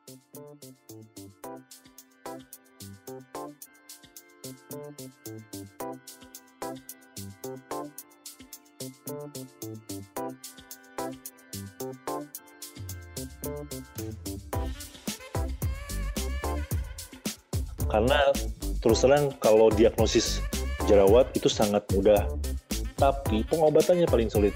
Karena terus terang kalau diagnosis jerawat itu sangat mudah, tapi pengobatannya paling sulit.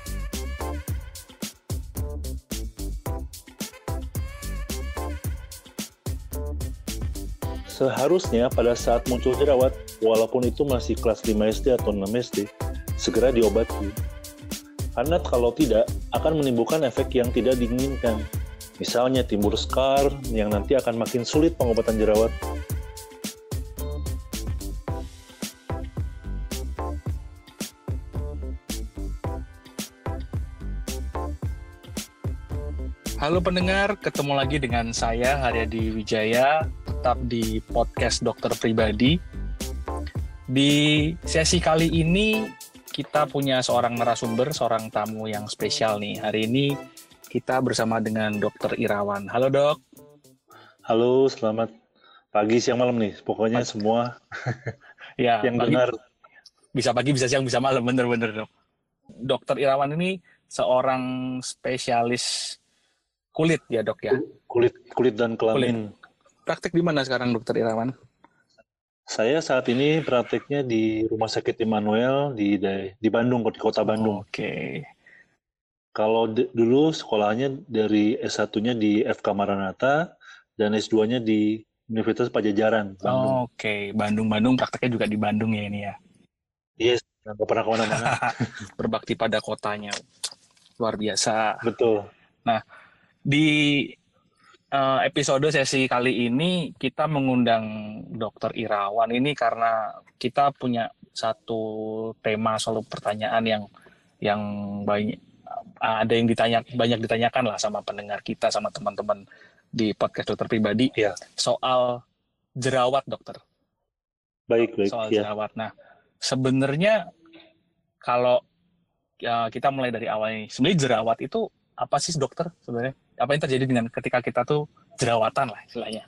Seharusnya pada saat muncul jerawat, walaupun itu masih kelas 5 SD atau 6 SD, segera diobati. Karena kalau tidak, akan menimbulkan efek yang tidak diinginkan. Misalnya timbul scar yang nanti akan makin sulit pengobatan jerawat. Halo pendengar, ketemu lagi dengan saya Haryadi Wijaya, tetap di podcast Dokter Pribadi. Di sesi kali ini kita punya seorang narasumber, seorang tamu yang spesial nih. Hari ini kita bersama dengan Dokter Irawan. Halo dok. Halo, selamat pagi, siang, malam nih. Pokoknya semua Ya, yang dengar. Bisa pagi, bisa siang, bisa malam, bener-bener dok. Dokter Irawan ini seorang spesialis kulit ya dok ya? Kulit dan kelamin. Praktek di mana sekarang Dokter Irawan? Saya saat ini prakteknya di Rumah Sakit Immanuel di Bandung, di kota Bandung. Oke. Kalau dulu sekolahnya dari S1-nya di FK Maranatha dan S2-nya di Universitas Padjadjaran, Bandung. Oke, Bandung prakteknya juga di Bandung ya ini ya? Yes, nggak pernah kemana-mana. Berbakti pada kotanya. Luar biasa. Betul. Nah, di episode sesi kali ini kita mengundang Dokter Irawan ini karena kita punya satu tema selalu pertanyaan yang banyak banyak ditanyakan lah sama pendengar kita, sama teman-teman di podcast Dokter Pribadi ya. Soal jerawat dokter. Baik. Soal ya. jerawat. Nah, sebenarnya kalau kita mulai dari awal ini, sebenarnya jerawat itu apa sih dokter sebenarnya? Apa yang terjadi dengan ketika kita tuh jerawatan lah istilahnya?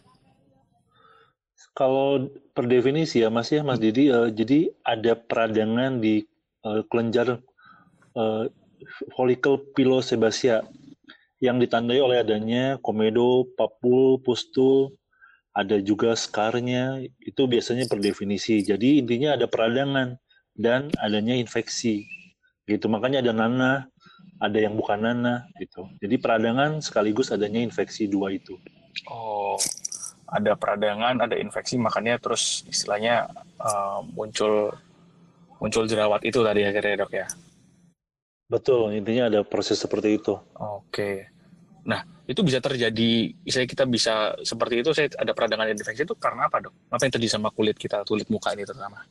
Kalau per definisi ya Mas Didi, jadi ada peradangan di kelenjar folikel pilosebaceae yang ditandai oleh adanya komedo, papul, pustul, ada juga skarnya, itu biasanya per definisi. Jadi intinya ada peradangan dan adanya infeksi. Gitu, makanya ada nanah, ada yang bukan nanah gitu. Jadi peradangan sekaligus adanya infeksi dua itu. Oh, ada peradangan, ada infeksi, makanya terus istilahnya muncul jerawat itu tadi akhirnya dok ya. Betul, intinya ada proses seperti itu. Oke. Nah, itu bisa terjadi, misalnya kita bisa seperti itu, saya ada peradangan dan infeksi itu karena apa dok? Apa yang terjadi sama kulit kita, kulit muka ini terutama?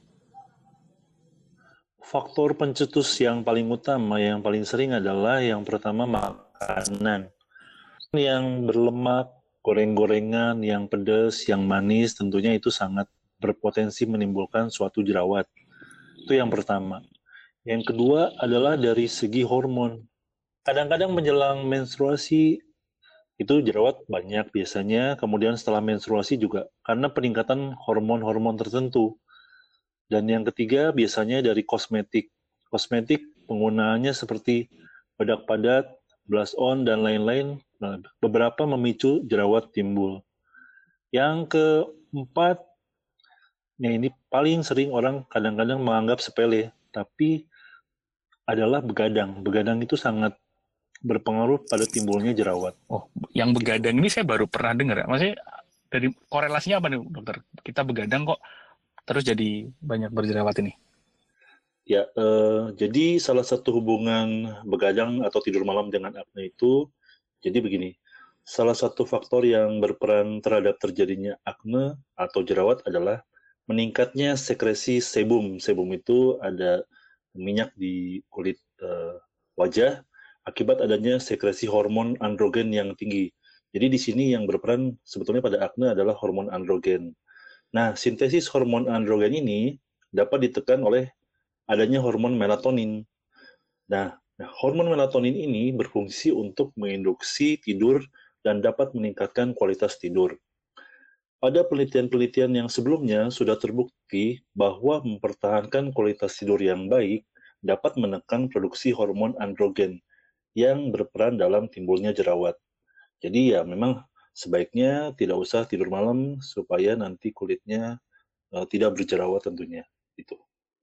Faktor pencetus yang paling utama, yang paling sering adalah yang pertama makanan. Yang berlemak, goreng-gorengan, yang pedas, yang manis, tentunya itu sangat berpotensi menimbulkan suatu jerawat. Itu yang pertama. Yang kedua adalah dari segi hormon. Kadang-kadang menjelang menstruasi, itu jerawat banyak biasanya, kemudian setelah menstruasi juga, karena peningkatan hormon-hormon tertentu. Dan yang ketiga biasanya dari kosmetik. Kosmetik penggunaannya seperti bedak padat, blush on, dan lain-lain. Nah, beberapa memicu jerawat timbul. Yang keempat, ini paling sering orang kadang-kadang menganggap sepele, tapi adalah begadang. Begadang itu sangat berpengaruh pada timbulnya jerawat. Oh, yang begadang ini saya baru pernah dengar. Maksudnya dari korelasinya apa nih dokter? Kita begadang kok terus jadi banyak berjerawat ini? Ya, jadi salah satu hubungan begadang atau tidur malam dengan akne itu, jadi begini, salah satu faktor yang berperan terhadap terjadinya akne atau jerawat adalah meningkatnya sekresi sebum. Sebum itu ada minyak di kulit wajah akibat adanya sekresi hormon androgen yang tinggi. Jadi di sini yang berperan sebetulnya pada akne adalah hormon androgen. Nah, sintesis hormon androgen ini dapat ditekan oleh adanya hormon melatonin. Nah, hormon melatonin ini berfungsi untuk menginduksi tidur dan dapat meningkatkan kualitas tidur. Pada penelitian-penelitian yang sebelumnya sudah terbukti bahwa mempertahankan kualitas tidur yang baik dapat menekan produksi hormon androgen yang berperan dalam timbulnya jerawat. Jadi ya memang sebaiknya tidak usah tidur malam supaya nanti kulitnya tidak berjerawat tentunya. Itu.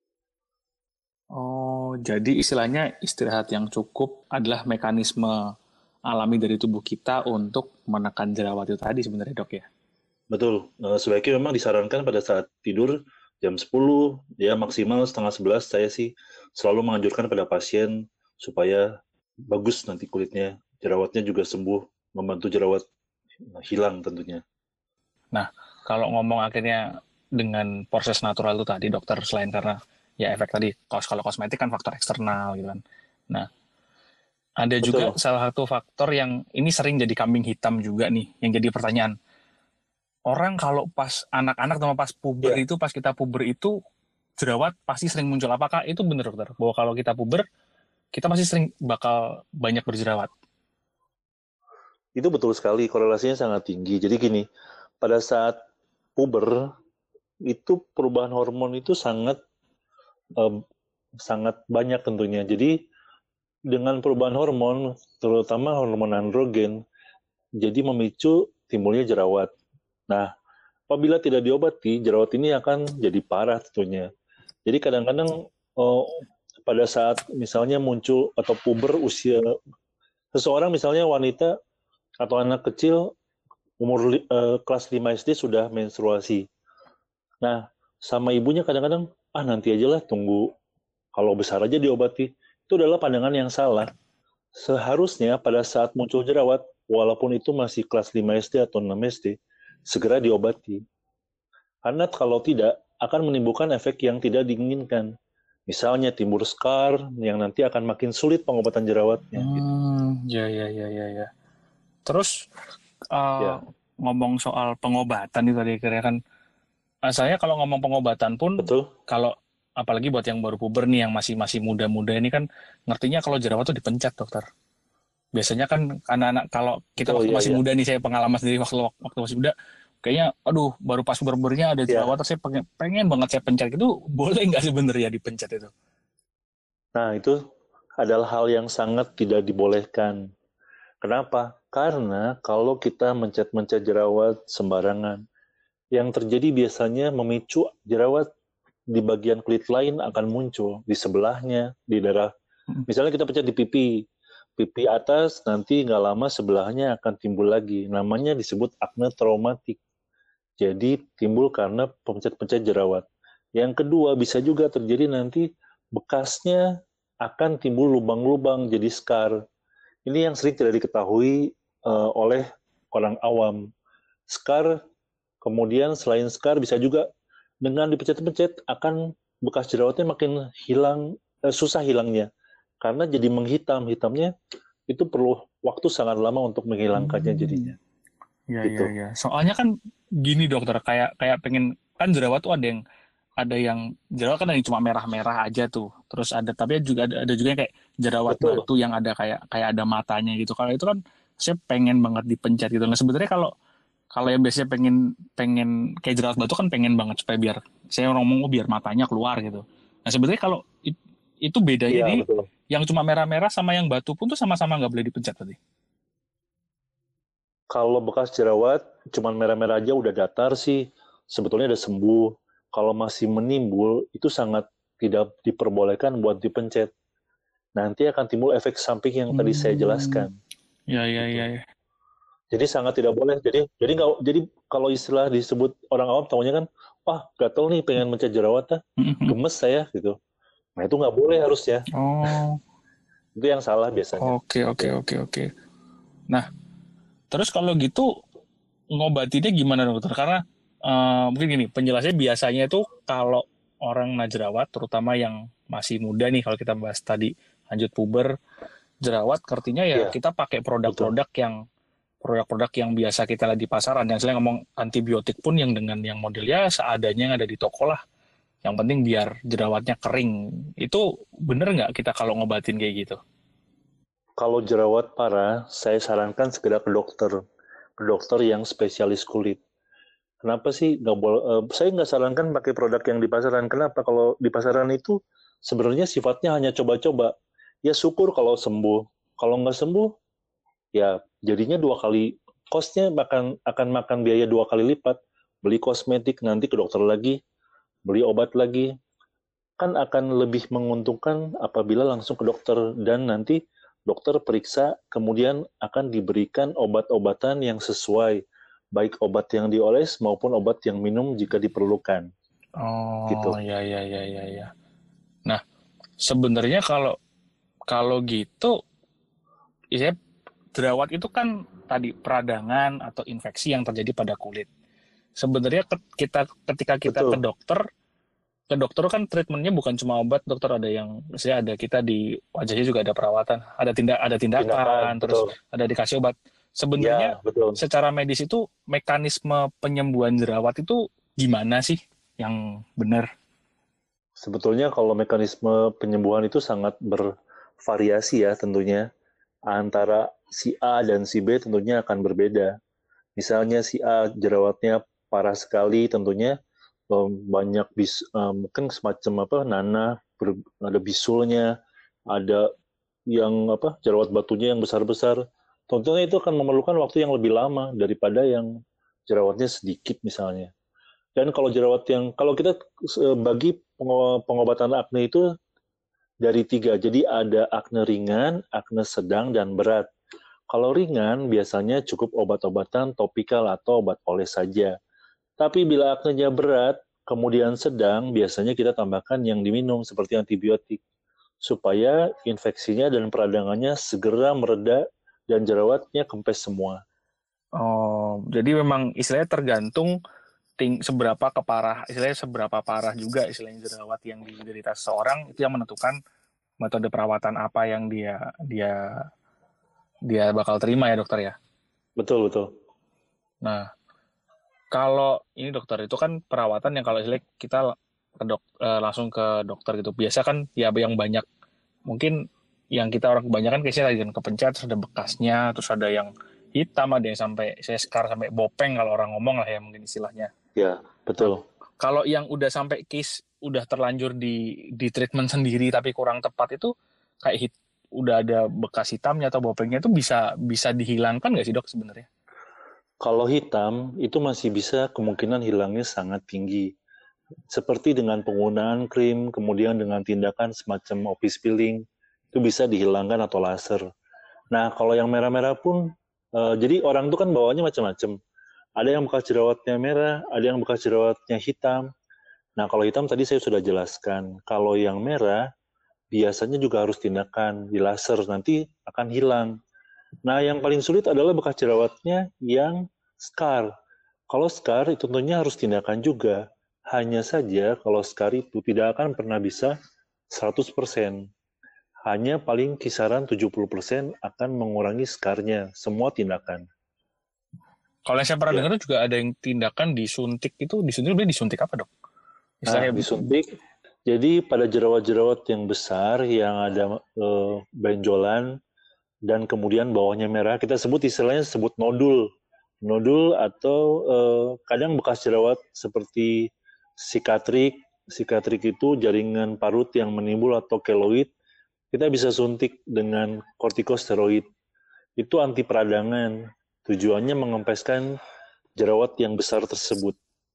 Oh, jadi istilahnya istirahat yang cukup adalah mekanisme alami dari tubuh kita untuk menekan jerawat itu tadi sebenarnya, Dok ya? Betul, sebaiknya memang disarankan pada saat tidur jam 10, ya maksimal setengah 11, saya sih selalu menganjurkan pada pasien supaya bagus nanti kulitnya, jerawatnya juga sembuh, membantu jerawat hilang tentunya. Nah, kalau ngomong akhirnya dengan proses natural itu tadi, dokter, selain karena ya efek tadi, kalau kosmetik kan faktor eksternal gitu kan. Nah, ada juga Betul, salah satu faktor yang ini sering jadi kambing hitam juga nih, yang jadi pertanyaan. Orang kalau pas anak-anak sama pas puber ya itu, pas kita puber itu, jerawat pasti sering muncul. Apakah itu benar, dokter? Bahwa kalau kita puber, kita pasti sering bakal banyak berjerawat? itu betul sekali, korelasinya sangat tinggi. Jadi gini, pada saat puber, itu perubahan hormon itu eh, sangat banyak tentunya. Jadi dengan perubahan hormon, terutama hormon androgen, jadi memicu timbulnya jerawat. Nah, apabila tidak diobati, jerawat ini akan jadi parah tentunya. Jadi kadang-kadang pada saat misalnya muncul atau puber usia seseorang, misalnya wanita atau anak kecil umur kelas 5 SD sudah menstruasi. Nah, sama ibunya kadang-kadang, nanti aja lah, tunggu kalau besar aja diobati. Itu adalah pandangan yang salah. Seharusnya pada saat muncul jerawat, walaupun itu masih kelas 5 SD atau 6 SD, segera diobati. Karena kalau tidak, akan menimbulkan efek yang tidak diinginkan. Misalnya timbul scar yang nanti akan makin sulit pengobatan jerawatnya. Gitu. Ya. Terus uh, Ya, ngomong soal pengobatan itu tadi kira kan, saya kalau ngomong pengobatan pun, betul. kalau apalagi buat yang baru puber nih, yang masih masih muda-muda ini kan ngertinya kalau jerawat tuh dipencet, dokter. Biasanya kan anak-anak, kalau kita Betul, waktu ya, masih ya. muda nih, saya pengalaman sendiri waktu masih muda, kayaknya aduh baru pas pubernya ada Ya, jerawat, terus saya pengen banget saya pencet itu, boleh nggak sebenarnya dipencet itu? nah itu adalah hal yang sangat tidak dibolehkan. Kenapa? Karena kalau kita mencet-mencet jerawat sembarangan, yang terjadi biasanya memicu jerawat di bagian kulit lain akan muncul, di sebelahnya, di daerah. Misalnya kita pencet di pipi, pipi atas, nanti nggak lama sebelahnya akan timbul lagi. Namanya disebut akne traumatik. Jadi timbul karena pencet-pencet jerawat. Yang kedua, bisa juga terjadi nanti bekasnya akan timbul lubang-lubang jadi scar. Ini yang sering tidak diketahui oleh orang awam. Scar, kemudian selain scar bisa juga dengan dipencet-pencet akan bekas jerawatnya makin hilang, susah hilangnya. Karena jadi menghitam, hitamnya itu perlu waktu sangat lama untuk menghilangkannya Hmm. jadinya. Gitu. Ya. Soalnya kan gini, dokter, kayak kayak pengen, kan jerawat tuh ada yang jerawat kan, ada yang cuma merah-merah aja tuh. Terus tapi ada juga yang kayak jerawat Betul. batu yang ada kayak kayak ada matanya gitu. Kalau itu kan saya pengen banget dipencet gitu. Nah, sebenarnya kalau kalau yang biasanya pengen pengen kayak jerawat batu kan pengen banget supaya biar saya ngomong, biar matanya keluar gitu. Nah, sebenarnya kalau itu bedanya Iya, di betul. yang cuma merah-merah sama yang batu pun tuh sama-sama nggak boleh dipencet tadi. Kalau bekas jerawat cuman merah-merah aja udah datar sih, sebetulnya udah sembuh. Kalau masih menimbul, itu sangat tidak diperbolehkan buat dipencet. Nanti akan timbul efek samping yang tadi saya Hmm. jelaskan. Gitu. Ya. Jadi sangat tidak boleh. Jadi kalau istilah disebut orang awam tahunya kan, wah gatel nih pengen mencet jerawat, gemes saya gitu. Nah itu nggak boleh harusnya. Oh, Itu yang salah biasanya. Ya. oke. Nah, terus kalau gitu ngobatinnya gimana, dokter? Karena mungkin gini, penjelasannya biasanya itu kalau orang kena jerawat, terutama yang masih muda nih, kalau kita bahas tadi lanjut puber, jerawat, artinya ya Iya, kita pakai betul. produk-produk yang biasa kita lihat di pasaran. Yang saya ngomong antibiotik pun yang dengan yang modelnya seadanya yang ada di toko lah. Yang penting biar jerawatnya kering. Itu bener nggak kita kalau ngobatin kayak gitu? Kalau jerawat parah, saya sarankan segera ke dokter yang spesialis kulit. Kenapa sih nggak boleh? Saya nggak sarankan pakai produk yang di pasaran. Kenapa? Kalau di pasaran itu sebenarnya sifatnya hanya coba-coba. Ya syukur kalau sembuh. Kalau nggak sembuh, ya jadinya dua kali. Costnya akan makan biaya dua kali lipat. Beli kosmetik, nanti ke dokter lagi, beli obat lagi. Kan akan lebih menguntungkan apabila langsung ke dokter. Dan nanti dokter periksa, kemudian akan diberikan obat-obatan yang sesuai, baik obat yang dioles maupun obat yang minum jika diperlukan. Oh, Gitu. ya ya ya ya ya. Nah, sebenarnya kalau kalau gitu, ya jerawat itu kan tadi peradangan atau infeksi yang terjadi pada kulit. Sebenarnya ketika kita Betul. ke dokter kan treatmentnya bukan cuma obat, dokter ada yang misalnya ada kita di wajahnya juga ada perawatan, ada Tindakan, tindakan, terus betul. ada dikasih obat. Sebenarnya Ya, betul. secara medis itu mekanisme penyembuhan jerawat itu gimana sih yang benar? Sebetulnya kalau mekanisme penyembuhan itu sangat bervariasi ya tentunya. Antara si A dan si B tentunya akan berbeda. Misalnya si A jerawatnya parah sekali tentunya banyak mungkin semacam apa nanah, ada bisulnya, ada yang apa jerawat batunya yang besar-besar. Tentunya itu akan memerlukan waktu yang lebih lama daripada yang jerawatnya sedikit misalnya. Dan kalau jerawat yang kalau kita bagi pengobatan akne itu dari tiga. Jadi ada akne ringan, akne sedang, dan berat. Kalau ringan, biasanya cukup obat-obatan topikal atau obat oles saja. Tapi bila aknenya berat, kemudian sedang, biasanya kita tambahkan yang diminum seperti antibiotik. Supaya infeksinya dan peradangannya segera mereda dan jerawatnya kempes semua. Oh, jadi memang istilahnya tergantung seberapa parah juga istilahnya jerawat yang diderita seseorang itu yang menentukan metode perawatan apa yang dia dia dia bakal terima ya dokter ya. Betul, betul. Nah, kalau ini dokter itu kan perawatan yang kalau istilahnya kita langsung ke dokter gitu. Biasa kan ya yang banyak mungkin yang kita orang kebanyakan case-nya lagi kan kepencet terus ada bekasnya, terus ada yang hitam, ada yang sampai saya scar sampai bopeng kalau orang ngomong lah ya mungkin istilahnya. Ya, Nah, betul. kalau yang udah sampai case udah terlanjur di treatment sendiri tapi kurang tepat itu kayak udah ada bekas hitamnya atau bopengnya itu bisa bisa dihilangkan nggak sih dok sebenarnya? Kalau hitam, itu masih bisa kemungkinan hilangnya sangat tinggi. Seperti dengan penggunaan krim, kemudian dengan tindakan semacam office peeling, itu bisa dihilangkan atau laser. Nah, kalau yang merah-merah pun, jadi orang itu kan bawaannya macam-macam. Ada yang bekas jerawatnya merah, ada yang bekas jerawatnya hitam. Nah, kalau hitam tadi saya sudah jelaskan. Kalau yang merah, biasanya juga harus tindakan di laser, nanti akan hilang. Nah, yang paling sulit adalah bekas jerawatnya yang scar. Kalau scar itu tentunya harus tindakan juga. Hanya saja kalau scar itu tidak akan pernah bisa 100%. Hanya paling kisaran 70% akan mengurangi scarnya, semua tindakan. Kalau yang saya pernah Ya. dengar juga ada yang tindakan disuntik itu disuntik apa dok? Nah, Istilahnya disuntik. Jadi pada jerawat-jerawat yang besar, yang ada benjolan, dan kemudian bawahnya merah, kita sebut istilahnya sebut nodul. Nodul atau kadang bekas jerawat seperti sikatrik. Sikatrik itu jaringan parut yang menimbul atau keloid. Kita bisa suntik dengan kortikosteroid. Itu anti peradangan. Tujuannya mengempeskan jerawat yang besar tersebut.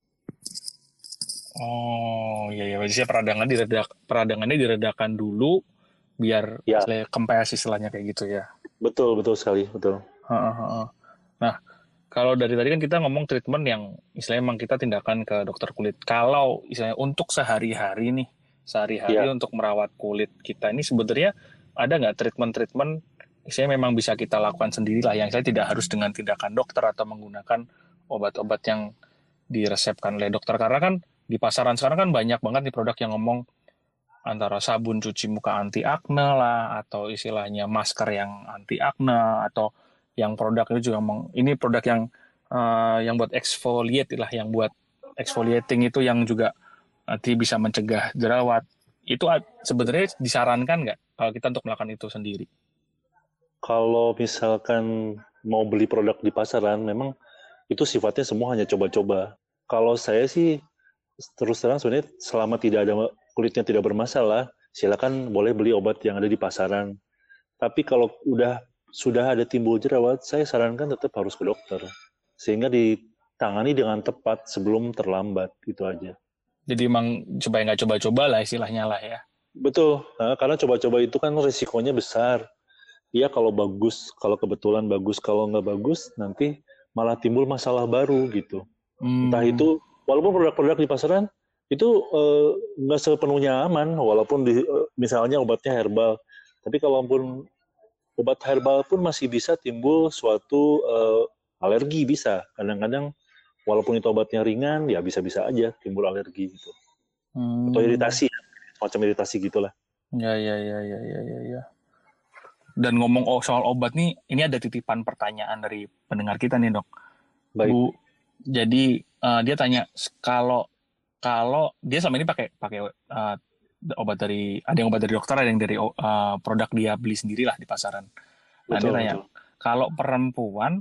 oh iya iya berarti peradangannya diredakan dulu biar Ya, istilahnya kempes istilahnya kayak gitu ya. betul, betul sekali. Betul. Heeh. Nah, kalau dari tadi kan kita ngomong treatment yang istilahnya emang kita tindakan ke dokter kulit. Kalau istilahnya untuk sehari-hari nih, sehari-hari Ya, untuk merawat kulit kita ini sebenarnya ada nggak treatment-treatment istilahnya memang bisa kita lakukan sendiri lah yang saya tidak harus dengan tindakan dokter atau menggunakan obat-obat yang diresepkan oleh dokter. Karena kan di pasaran sekarang kan banyak banget nih produk yang ngomong antara sabun cuci muka anti akne lah atau istilahnya masker yang anti akne atau yang produk itu juga ini produk yang buat exfoliate lah yang buat exfoliating itu yang juga nanti bisa mencegah jerawat itu sebenarnya disarankan nggak kalau kita untuk melakukan itu sendiri? Kalau misalkan mau beli produk di pasaran, memang itu sifatnya semua hanya coba-coba. Kalau saya sih terus terang sebenarnya selama tidak ada kulitnya tidak bermasalah, silakan boleh beli obat yang ada di pasaran. Tapi kalau sudah ada timbul jerawat, saya sarankan tetap harus ke dokter sehingga ditangani dengan tepat sebelum terlambat, itu aja. Jadi emang supaya nggak coba-coba lah istilahnya lah ya. Betul, nah, karena coba-coba itu kan risikonya besar. Iya kalau bagus, kalau kebetulan bagus, kalau nggak bagus nanti malah timbul masalah baru gitu. Entah itu, walaupun produk-produk di pasaran itu nggak sepenuhnya aman, walaupun misalnya obatnya herbal. Tapi kalaupun obat herbal pun masih bisa timbul suatu alergi bisa. Kadang-kadang walaupun itu obatnya ringan, ya bisa-bisa aja timbul alergi gitu. Atau iritasi, semacam iritasi gitulah. Ya. Dan ngomong soal obat nih, ini ada titipan pertanyaan dari pendengar kita nih dok. Baik. Bu, jadi dia tanya kalau dia selama ini pakai obat dari, ada yang obat dari dokter, ada yang dari produk dia beli sendiri lah di pasaran. Nah dia tanya, kalau perempuan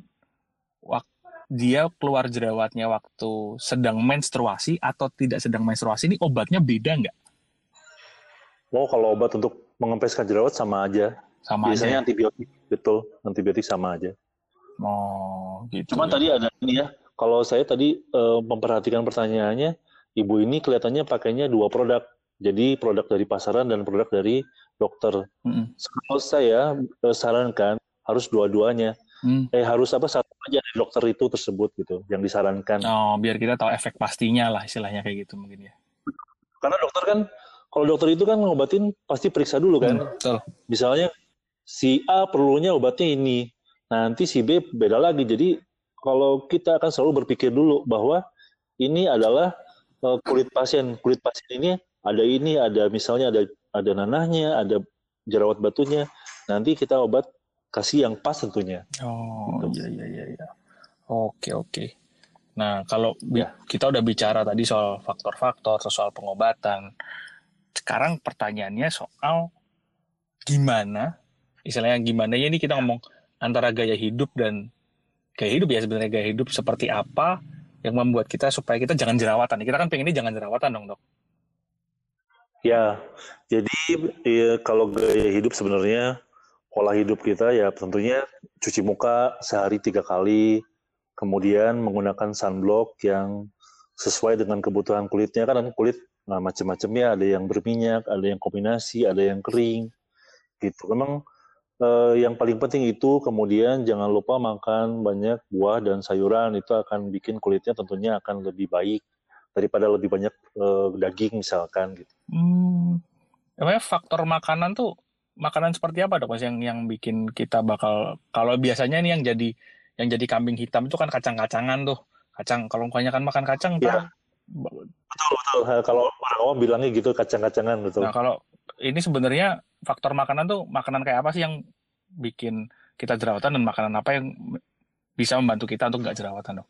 dia keluar jerawatnya waktu sedang menstruasi atau tidak sedang menstruasi, ini obatnya beda nggak? Oh, kalau obat untuk mengempeskan jerawat sama aja. Biasanya aja. Antibiotik, betul. Antibiotik sama aja. Oh, gitu. Cuman tadi ada ini ya. Kalau saya tadi memperhatikan pertanyaannya, ibu ini kelihatannya pakainya 2 produk. Jadi produk dari pasaran dan produk dari dokter. Kalau saya sarankan harus dua-duanya. Harus satu aja dari dokter itu tersebut gitu, yang disarankan. Oh, biar kita tahu efek pastinya lah istilahnya kayak gitu mungkin ya. Karena dokter kan, kalau dokter itu kan ngobatin pasti periksa dulu kan. Betul. Misalnya si A perlunya obatnya ini, nanti si B beda lagi. Jadi kalau kita akan selalu berpikir dulu bahwa ini adalah kulit pasien. Kulit pasien ini ada misalnya ada nanahnya, ada jerawat batunya. Nanti kita obat kasih yang pas tentunya. Oh, gitu. Iya. Oke. Nah, kalau kita udah bicara tadi soal faktor-faktor, soal pengobatan. Sekarang pertanyaannya soal gimana ya, ini kita ngomong antara gaya hidup dan gaya hidup ya, sebenarnya gaya hidup seperti apa yang membuat kita supaya kita jangan jerawatan. Kita kan pengennya jangan jerawatan dong dok. Ya, jadi ya, kalau gaya hidup sebenarnya pola hidup kita ya tentunya cuci muka sehari 3 kali, kemudian menggunakan sunblock yang sesuai dengan kebutuhan kulitnya. Kan kulit macam-macamnya, ada yang berminyak, ada yang kombinasi, ada yang kering gitu. Memang yang paling penting itu, kemudian jangan lupa makan banyak buah dan sayuran, itu akan bikin kulitnya tentunya akan lebih baik daripada lebih banyak daging misalkan gitu. Emangnya faktor makanan tuh, makanan seperti apa dok mas yang bikin kita bakal, kalau biasanya nih yang jadi kambing hitam itu kan kacang-kacangan tuh. Kalau kebanyakan makan kacang ya. Betul. Kalau orang awam bilangnya gitu, kacang-kacangan, betul. Nah kalau ini sebenarnya faktor makanan tuh, makanan kayak apa sih yang bikin kita jerawatan, dan makanan apa yang bisa membantu kita untuk nggak jerawatan dok?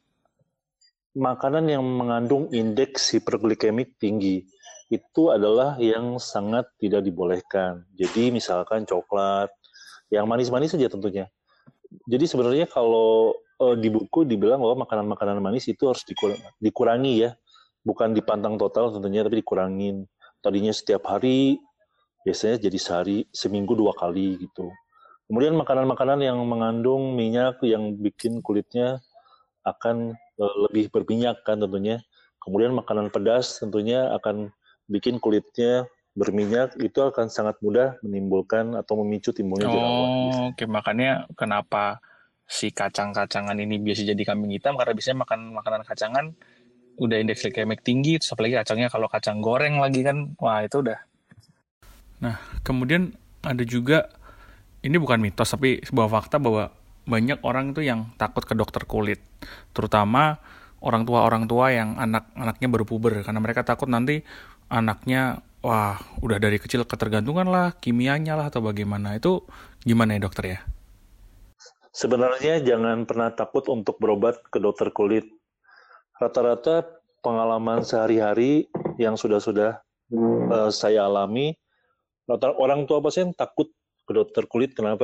Makanan yang mengandung indeks hiperglikemik tinggi itu adalah yang sangat tidak dibolehkan. Jadi misalkan coklat, yang manis-manis saja tentunya. Jadi sebenarnya kalau di buku dibilang bahwa makanan-makanan manis itu harus dikurangi ya. Bukan dipantang total tentunya, tapi dikurangin. Tadinya setiap hari, biasanya jadi seminggu 2 kali gitu. Kemudian makanan-makanan yang mengandung minyak yang bikin kulitnya akan lebih berminyak kan tentunya. Kemudian makanan pedas tentunya akan bikin kulitnya berminyak, itu akan sangat mudah menimbulkan atau memicu timbulnya jerawat. Oke, makanya kenapa si kacang-kacangan ini biasa jadi kambing hitam, karena biasanya makan makanan kacangan udah indeks glikemik tinggi, terus apalagi kacangnya kalau kacang goreng lagi kan, wah itu udah. Nah, kemudian ada juga, ini bukan mitos tapi sebuah fakta bahwa banyak orang itu yang takut ke dokter kulit, terutama orang tua yang anaknya baru puber, karena mereka takut nanti anaknya wah udah dari kecil ketergantungan lah, kimianya lah atau bagaimana. Itu gimana ya dokter ya? Sebenarnya jangan pernah takut untuk berobat ke dokter kulit. Rata-rata pengalaman sehari-hari yang sudah saya alami, orang tua pasien takut ke dokter kulit. Kenapa?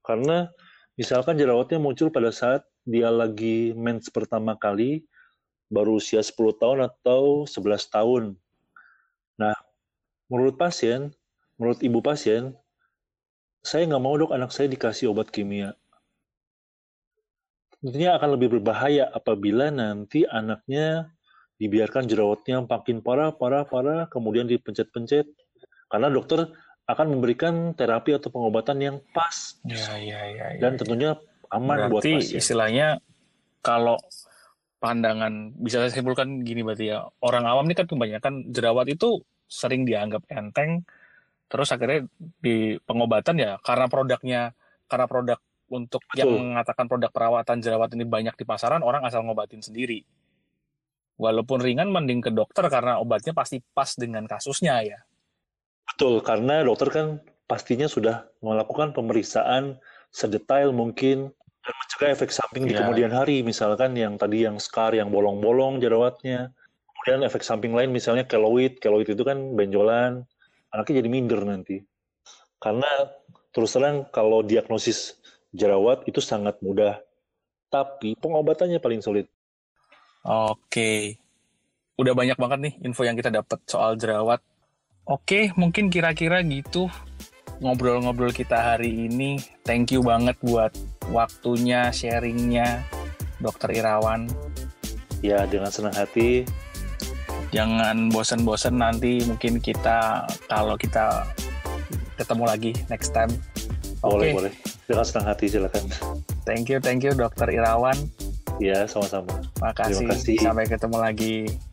Karena misalkan jerawatnya muncul pada saat dia lagi mens pertama kali, baru usia 10 tahun atau 11 tahun. Nah, menurut ibu pasien, saya nggak mau dok anak saya dikasih obat kimia. Tentunya akan lebih berbahaya apabila nanti anaknya dibiarkan jerawatnya makin parah, kemudian dipencet-pencet. Karena dokter akan memberikan terapi atau pengobatan yang pas. Dan tentunya aman buat pasien. Berarti istilahnya kalau pandangan, bisa saya simpulkan gini berarti ya, orang awam ini kan kebanyakan jerawat itu sering dianggap enteng, terus akhirnya di pengobatan ya karena produk untuk Betul. yang mengatakan produk perawatan jerawat ini banyak di pasaran, orang asal ngobatin sendiri. Walaupun ringan mending ke dokter karena obatnya pasti pas dengan kasusnya ya. Betul, karena dokter kan pastinya sudah melakukan pemeriksaan sedetail mungkin dan mencegah efek samping di kemudian hari, misalkan yang tadi yang scar, yang bolong-bolong jerawatnya. Kemudian efek samping lain misalnya keloid itu kan benjolan, anaknya jadi minder nanti. Karena terus terang kalau diagnosis jerawat itu sangat mudah, tapi pengobatannya paling sulit. Oke, udah banyak banget nih info yang kita dapat soal jerawat. Oke, mungkin kira-kira gitu ngobrol-ngobrol kita hari ini. Thank you banget buat waktunya, sharingnya, Dokter Irawan. Ya, dengan senang hati. Jangan bosan-bosan nanti mungkin kalau kita ketemu lagi next time. Boleh. Dengan senang hati, silakan. Thank you Dokter Irawan. Ya, sama-sama. Makasih. Sampai ketemu lagi.